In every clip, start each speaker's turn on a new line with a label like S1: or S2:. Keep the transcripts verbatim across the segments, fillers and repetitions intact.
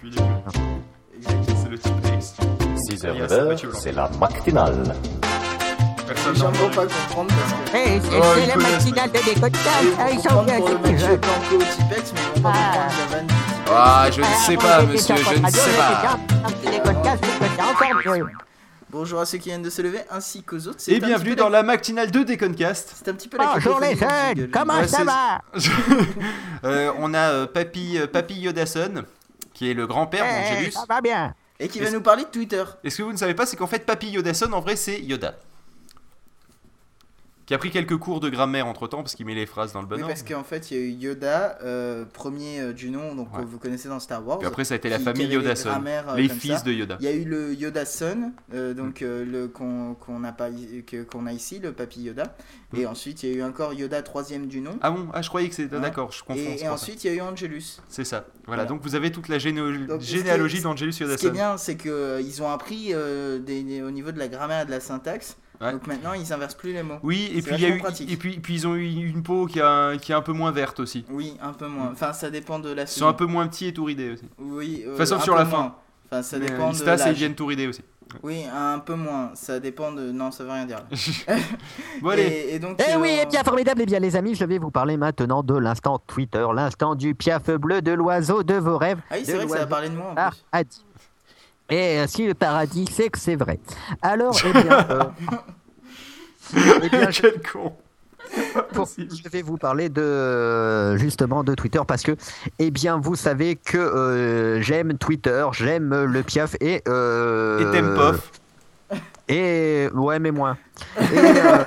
S1: puis il est plus. Exact, c'est le type X.
S2: six heures, neuf heures, c'est la matinale.
S1: Personne
S3: Les gens
S1: n'a
S3: vont
S1: entendu.
S3: pas comprendre parce que.
S4: Hey, c'est
S1: Oh,
S4: c'est
S1: ils
S4: la
S1: connaissent,
S4: matinale de décotage.
S3: Ils
S4: Ah,
S3: vont
S4: ils sont
S3: comprendre
S4: bien,
S3: pour le
S4: ces petits
S3: match
S4: jeux.
S3: Blanco Tipex, mais ils vont pas
S1: Ah.
S3: comprendre la vanne.
S1: Ah, je ne
S4: Ah,
S1: sais
S4: bon,
S1: pas,
S4: les
S1: monsieur,
S4: petits
S1: je ne
S4: radio,
S1: sais
S4: les
S1: pas.
S4: petits décotages, c'est que c'est encore mieux.
S3: Bonjour à ceux qui viennent de se lever ainsi qu'aux autres. C'est
S1: Et
S3: un petit
S1: bienvenue
S3: peu
S1: dans
S3: la-
S1: la matinale de Déconcast.
S3: C'est un petit peu la
S4: Bonjour les
S3: cacophonie du
S4: jeunes,
S3: jingle.
S4: comment
S1: Ouais,
S4: ça
S1: c'est-
S4: va?
S1: Euh, on a euh, Papy, euh, Papy Yodason, qui est le grand-père
S4: Eh,
S1: d'Angelus.
S4: ça va bien.
S3: Et qui va
S1: Est-ce-
S3: nous parler de Twitter.
S1: Et ce que vous ne savez pas, c'est qu'en fait, Papy Yodason, en vrai, c'est Yoda. Qui a pris quelques cours de grammaire entre temps, parce qu'il met les phrases dans le bon
S3: Oui,
S1: ordre.
S3: parce qu'en fait, il y a eu Yoda, euh, premier euh, du nom, donc
S1: Ouais.
S3: que vous connaissez dans Star Wars.
S1: Puis après, ça a été la
S3: qui-
S1: famille
S3: qui avait les
S1: Yodason,
S3: grammaires, euh,
S1: les
S3: comme
S1: fils
S3: ça.
S1: de Yoda.
S3: Il y a eu le Yoda Son, euh, donc euh, le qu'on qu'on n'a pas que- qu'on a ici, le Papy Yoda. Et
S1: Mm.
S3: ensuite, il y a eu encore Yoda troisième du nom.
S1: Ah bon, ah, je croyais que c'était...
S3: Hein.
S1: D'accord, je confonds.
S3: et
S1: c'est
S3: et
S1: pour ça.
S3: ensuite, il y a eu Angelus.
S1: C'est ça. Voilà,
S3: Voilà.
S1: donc vous avez toute la généo-
S3: Donc, ce qui est-
S1: généalogie d'Angelus
S3: Ce qui est
S1: Yodason.
S3: bien, c'est qu'ils ont appris euh, des, des- au niveau de la grammaire et de la syntaxe.
S1: Ouais.
S3: Donc maintenant, ils inversent plus les mots.
S1: Oui, et
S3: C'est
S1: puis il y a eu,
S3: vachement pratique.
S1: et puis, puis ils ont eu une peau qui, a, qui est un peu moins verte aussi.
S3: Oui, un peu moins. Enfin, ça dépend de la
S1: Ils sont un peu moins petits et tout ridés aussi.
S3: Oui, euh,
S1: Enfin, sauf
S3: un
S1: sur
S3: peu
S1: la
S3: moins.
S1: fin.
S3: Enfin, ça
S1: Mais,
S3: dépend
S1: euh,
S3: de
S1: Istas et ils
S3: l'âge.
S1: viennent tout ridés aussi.
S3: Oui, un peu moins. Ça dépend de. Non, ça veut rien dire.
S1: Bon allez,
S3: Et, et donc.
S4: Eh
S3: euh,
S4: oui, eh bien formidable, eh bien les amis, je vais vous parler maintenant de l'instant Twitter, l'instant du piaf bleu, de l'oiseau de vos rêves.
S3: Ah oui, c'est
S4: de
S3: vrai que ça a
S4: l'oiseau
S3: parlé de moi en
S4: Ah,
S3: plus.
S4: a dit. Et euh, si le paradis, c'est que c'est vrai. Alors, eh bien, euh, eh bien, je,
S1: quel con.
S4: pour- je vais vous parler de euh, justement de Twitter parce que, eh bien, vous savez que euh, j'aime Twitter, j'aime le piaf et euh,
S1: Et t'aimes Pof.
S4: Et ouais, mais moins. Et, euh,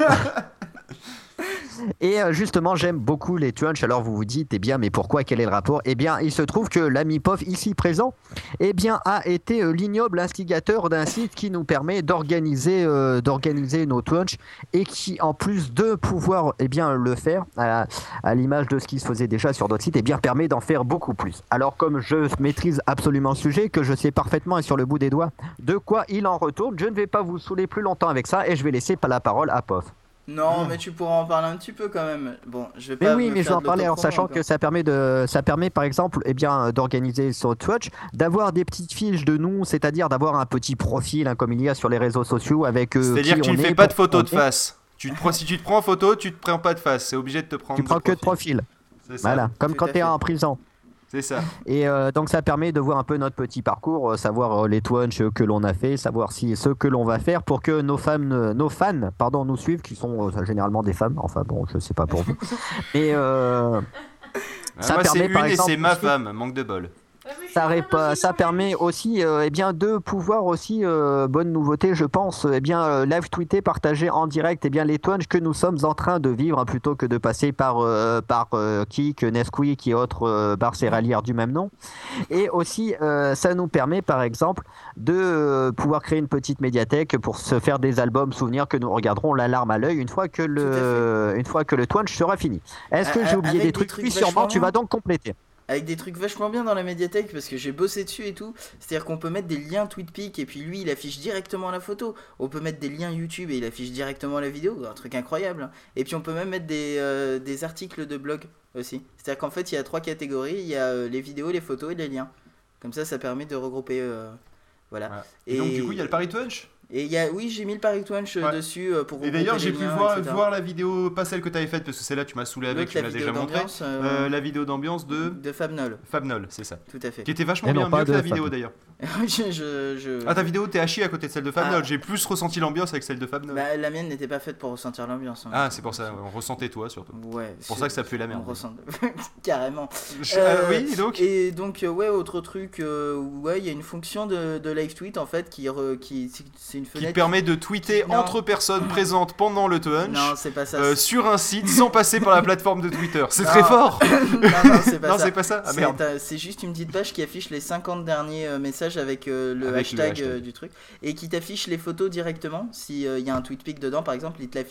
S4: et, euh, justement, j'aime beaucoup les Twunch. Alors vous vous dites, eh bien, mais pourquoi? Quel est le rapport? Eh bien, il se trouve que l'ami Pof, ici présent, eh bien, a été euh, l'ignoble instigateur d'un site qui nous permet d'organiser, euh, d'organiser nos Twunch et qui, en plus de pouvoir, eh bien, le faire à, à l'image de ce qui se faisait déjà sur d'autres sites, eh bien, permet d'en faire beaucoup plus. Alors, comme je maîtrise absolument le sujet, que je sais parfaitement et sur le bout des doigts de quoi il en retourne, je ne vais pas vous saouler plus longtemps avec ça et je vais laisser la parole à Pof.
S3: Non, mais tu pourras en parler un petit peu quand même. Bon, je vais
S4: Mais
S3: pas.
S4: oui,
S3: me
S4: mais je vais
S3: faire
S4: en
S3: de
S4: parler en
S3: l'autopromo
S4: sachant
S3: encore.
S4: que ça permet de, ça permet par exemple, eh bien, d'organiser sur Twitch, d'avoir des petites fiches de nous, c'est-à-dire d'avoir un petit profil, hein, comme il y a sur les réseaux sociaux, avec. Euh,
S1: C'est-à-dire
S4: qui
S1: que tu
S4: on
S1: ne fais
S4: est,
S1: pas de
S4: pourquoi
S1: photo de
S4: on est.
S1: face. Tu te prends, si tu te prends en photo, tu te prends pas de face. C'est obligé de te prendre.
S4: Tu prends que de
S1: profil.
S4: profil.
S1: C'est ça.
S4: Voilà, comme
S3: Tout
S4: quand
S3: à
S4: tu es
S3: fait.
S4: en prison.
S1: C'est ça.
S4: Et euh, donc ça permet de voir un peu notre petit parcours, euh, savoir euh, les Twunch que l'on a fait, savoir si ce que l'on va faire pour que nos femmes, euh, nos fans, pardon, nous suivent, qui sont euh, généralement des femmes. Enfin bon, je sais pas pour vous. Mais euh,
S1: Ah,
S4: Ça
S1: moi, c'est
S4: permet,
S1: une
S4: par
S1: et
S4: exemple,
S1: c'est ma
S4: de-
S1: femme. Manque de bol.
S4: Ça, répa- ça permet aussi euh, eh bien, de pouvoir aussi, euh, bonne nouveauté je pense, eh bien, euh, live tweeter, partager en direct eh bien, les Twunch que nous sommes en train de vivre hein, plutôt que de passer par, euh, par euh, Kik, Nesquik et autres euh, barres céréalières du même nom. Et aussi euh, ça nous permet par exemple de euh, pouvoir créer une petite médiathèque pour se faire des albums souvenirs que nous regarderons la larme à l'œil une fois que le, une fois que le Twunch sera fini. Est-ce que
S3: A-
S4: j'ai
S3: a-
S4: oublié
S3: avec
S4: des
S3: des
S4: trucs?
S3: trucs
S4: Oui, sûrement,
S3: vachement
S4: tu vas
S3: bien.
S4: donc compléter.
S3: Avec des trucs vachement bien dans la médiathèque parce que j'ai bossé dessus et tout. C'est-à-dire qu'on peut mettre des liens TweetPic et puis lui il affiche directement la photo. On peut mettre des liens YouTube et il affiche directement la vidéo. Un truc incroyable. hein. Et puis on peut même mettre des, euh, des articles de blog aussi. C'est-à-dire qu'en fait il y a trois catégories. Il y a euh, les vidéos, les photos et les liens. Comme ça ça permet de regrouper. euh, voilà.
S1: Voilà. Et donc, du coup, il y a le Paris Twunch.
S3: Et il y a, oui, j'ai mis le Paris Twunch euh,
S1: Ouais.
S3: dessus euh, pour
S1: Et
S3: regrouper
S1: d'ailleurs,
S3: les
S1: j'ai pu
S3: liens,
S1: voir,
S3: et cetera.
S1: voir la vidéo, pas celle que tu avais faite, parce que celle-là, tu m'as saoulé avec,
S3: L'autre,
S1: tu
S3: la
S1: m'as
S3: vidéo
S1: déjà montré.
S3: d'ambiance, euh,
S1: Euh, la vidéo d'ambiance de
S3: de Fabnol,
S1: Fabnol, c'est ça.
S3: tout à fait.
S1: Qui était vachement
S4: Et
S1: bien,
S4: non, pas
S1: mieux que
S4: de
S1: la vidéo
S4: Fabnol.
S1: d'ailleurs.
S3: je, je, je-
S1: Ah, ta vidéo, t'es haché à côté de celle de Fabnol.
S3: Ah.
S1: J'ai plus ressenti l'ambiance avec celle de Fabnol.
S3: Bah, la mienne n'était pas faite pour ressentir l'ambiance. hein.
S1: Ah, c'est pour ça, ouais, on ressentait toi surtout.
S3: Ouais.
S1: C'est pour ça que ça pue la merde.
S3: On ressent carrément.
S1: Je-
S3: Euh,
S1: ah, oui, donc.
S3: Et donc euh, ouais, autre truc, euh, ouais, il y a une fonction de, de live tweet en fait qui, re- qui c'est une
S1: Qui
S3: fenêtre.
S1: permet de tweeter
S3: Non.
S1: entre personnes présentes pendant le Twunch.
S3: Non, c'est pas ça.
S1: euh, sur un site sans passer par la plateforme de Twitter. C'est
S3: Non.
S1: très fort.
S3: non, non, c'est pas
S1: Non,
S3: ça.
S1: c'est pas ça. Ah
S3: C'est
S1: merde.
S3: un- c'est juste une petite page qui affiche les cinquante derniers euh, messages avec euh, le,
S1: Avec le
S3: hashtag,
S1: hashtag.
S3: euh, du truc et qui t'affiche les photos directement. Si il y a un tweet pic dedans par exemple, il te l'affiche.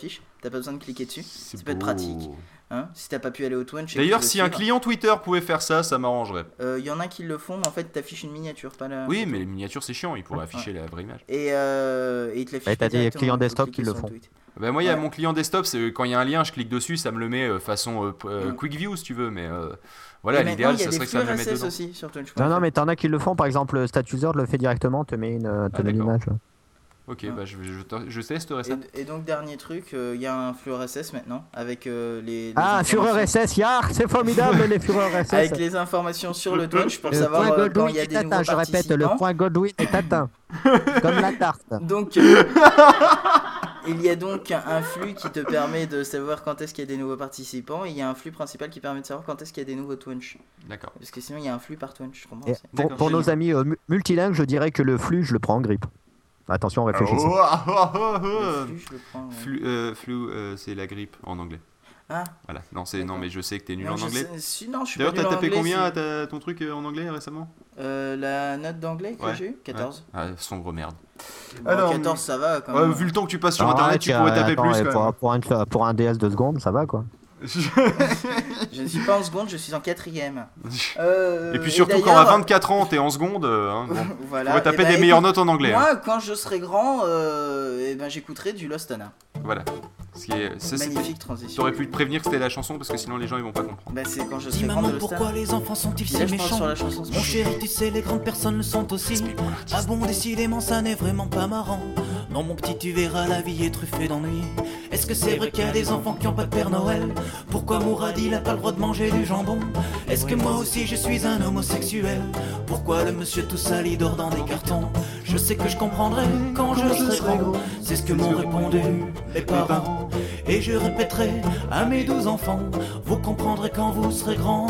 S3: t'as pas besoin de cliquer dessus.
S1: C'est
S3: ça peut être
S1: beau.
S3: pratique. Hein, si t'as pas pu aller au Twunch.
S1: D'ailleurs, si un client Twitter pouvait faire ça, ça m'arrangerait.
S3: Il euh, y en a qui le font, mais en fait, t'affiches une miniature, pas la.
S1: Oui, mais les miniatures, c'est chiant, il pourrait afficher ouais. la vraie image.
S3: Et, euh, et il te l'affiche.
S4: Et t'as des clients desktop qui le font.
S1: Bah moi, il y a
S3: ouais.
S1: mon client desktop, c'est quand il y a un lien, je clique dessus, ça me le met euh, façon euh, euh,
S3: mm.
S1: quick view si tu veux, mais euh, voilà, l'idéal, ça serait que ça me le mette dedans.
S3: Aussi, sur Twitch.
S4: Non, non, mais t'en as qui le font, par exemple, StatUser le fait directement, te met une, te ah, met l'image.
S1: Ok, ouais. bah je, je, je testerai ça.
S3: Et, et donc, dernier truc, il euh, y a un flux R S S maintenant, avec euh, les, les.
S4: Ah, Führer R S S, yar, c'est formidable les Führer R S S.
S3: Avec les informations sur le Twitch pour
S4: le
S3: savoir euh, quand il y a des
S4: atteint,
S3: nouveaux
S4: je
S3: participants.
S4: répète, le point Godwin est atteint. Comme la tarte.
S3: Donc, euh, il y a donc un flux qui te permet de savoir quand est-ce qu'il y a des nouveaux participants, et il y a un flux principal qui permet de savoir quand est-ce qu'il y a des nouveaux Twitch.
S1: D'accord.
S3: Parce que sinon, il y a un flux par Twitch, je comprends.
S4: Pour, pour nos amis euh, multilingues, je dirais que le flux, je le prends en grippe. Attention, réfléchissez.
S1: Oh, oh, oh, oh.
S3: Le flux, je le prends. Ouais.
S1: Flux, euh, flux euh, c'est la grippe en anglais.
S3: Ah.
S1: Voilà. Non, c'est non, mais je sais que t'es nul
S3: non,
S1: en anglais.
S3: Sais... Non, je suis
S1: D'ailleurs,
S3: pas
S1: t'as tapé
S3: anglais,
S1: combien
S3: c'est...
S1: à ton truc en anglais récemment
S3: euh, La note d'anglais que
S1: ouais.
S3: j'ai eu quatorze.
S1: Ouais. Ah, sombre merde.
S3: Bon, Alors, quatorze, ça va quand même.
S1: Ouais, vu le temps que tu passes sur
S4: ah,
S1: internet, tu pourrais taper
S4: attends,
S1: plus. Quand
S4: pour,
S1: même.
S4: Pour, un, pour un D S de secondes, ça va quoi.
S3: Je ne suis pas en seconde, je suis en quatrième. Euh,
S1: et puis surtout
S3: et
S1: quand à vingt-quatre ans t'es en seconde, hein, bon,
S3: voilà,
S1: tu pourrais taper
S3: bah,
S1: des
S3: écoute,
S1: meilleures notes en anglais.
S3: Moi,
S1: hein.
S3: quand je serai grand, euh, et ben, j'écouterai du Lost Anna.
S1: Voilà. Ce qui est, ça,
S3: magnifique transition.
S1: T'aurais pu te prévenir que c'était la chanson parce que sinon les gens ils vont pas comprendre.
S3: Bah, c'est quand je serai
S5: Dis
S3: grand
S5: maman,
S3: de Lost
S5: pourquoi
S3: Anna.
S5: les enfants sont-ils si
S3: là,
S5: méchants
S3: sur la chanson,
S5: Mon chéri, tu sais, les grandes personnes le sont aussi. Ah bon, décidément, ça n'est vraiment pas marrant. Non, mon petit, tu verras, la vie est truffée d'ennui. Est-ce que c'est vrai qu'il y a des enfants qui ont pas de Père Noël? Pourquoi Mourad, il a pas le droit de manger du jambon? Est-ce que moi aussi je suis un homosexuel? Pourquoi le monsieur tout sali dort dans des cartons? Je sais que je comprendrai quand je serai grand. C'est ce que m'ont répondu mes parents. Et je répéterai à mes douze enfants, vous comprendrez quand vous serez grands.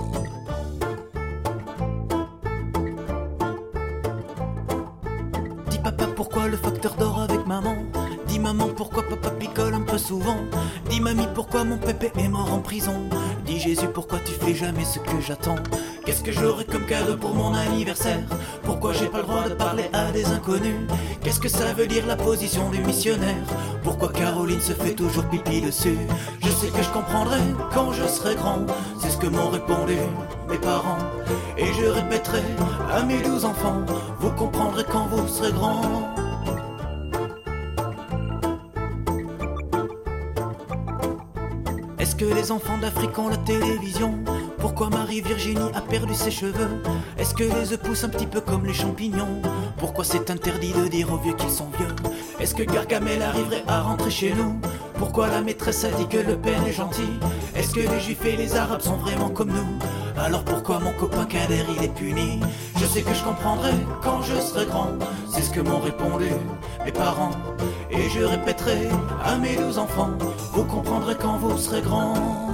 S5: Dis papa, pourquoi le facteur dort avec maman? Dis maman, pourquoi papa picole un peu souvent? Dis mamie, pourquoi mon pépé est mort en prison? Dis Jésus, pourquoi tu fais jamais ce que j'attends? Qu'est-ce que j'aurai comme cadeau pour mon anniversaire? Pourquoi j'ai pas le droit de parler à des inconnus? Qu'est-ce que ça veut dire la position du missionnaire? Pourquoi Caroline se fait toujours pipi dessus? Je sais que je comprendrai quand je serai grand. C'est ce que m'ont répondu mes parents. Et je répéterai à mes douze enfants, vous comprendrez quand vous serez grands. Est-ce que les enfants d'Afrique ont la télévision? Pourquoi Marie-Virginie a perdu ses cheveux? Est-ce que les œufs poussent un petit peu comme les champignons? Pourquoi c'est interdit de dire aux vieux qu'ils sont vieux? Est-ce que Gargamel arriverait à rentrer chez nous? Pourquoi la maîtresse a dit que Le Pen est gentil? Est-ce que les juifs et les arabes sont vraiment comme nous? Alors pourquoi mon copain Kader il est puni? Je sais que je comprendrai quand je serai grand. C'est ce que m'ont répondu mes parents. Et je répéterai à mes douze enfants, vous comprendrez quand vous serez grands.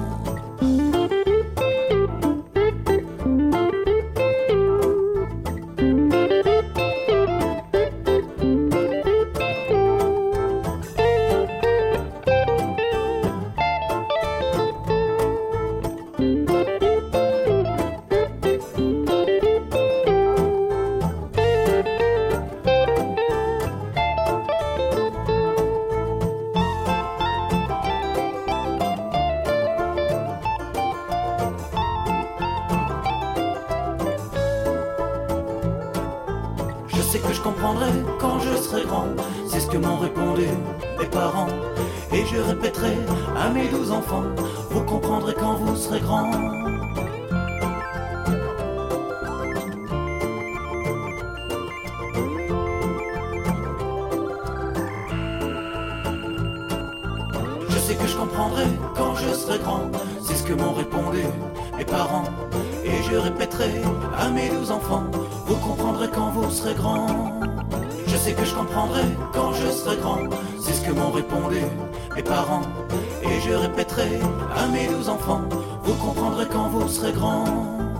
S5: Et je répéterai à mes douze enfants, vous comprendrez quand vous serez grands.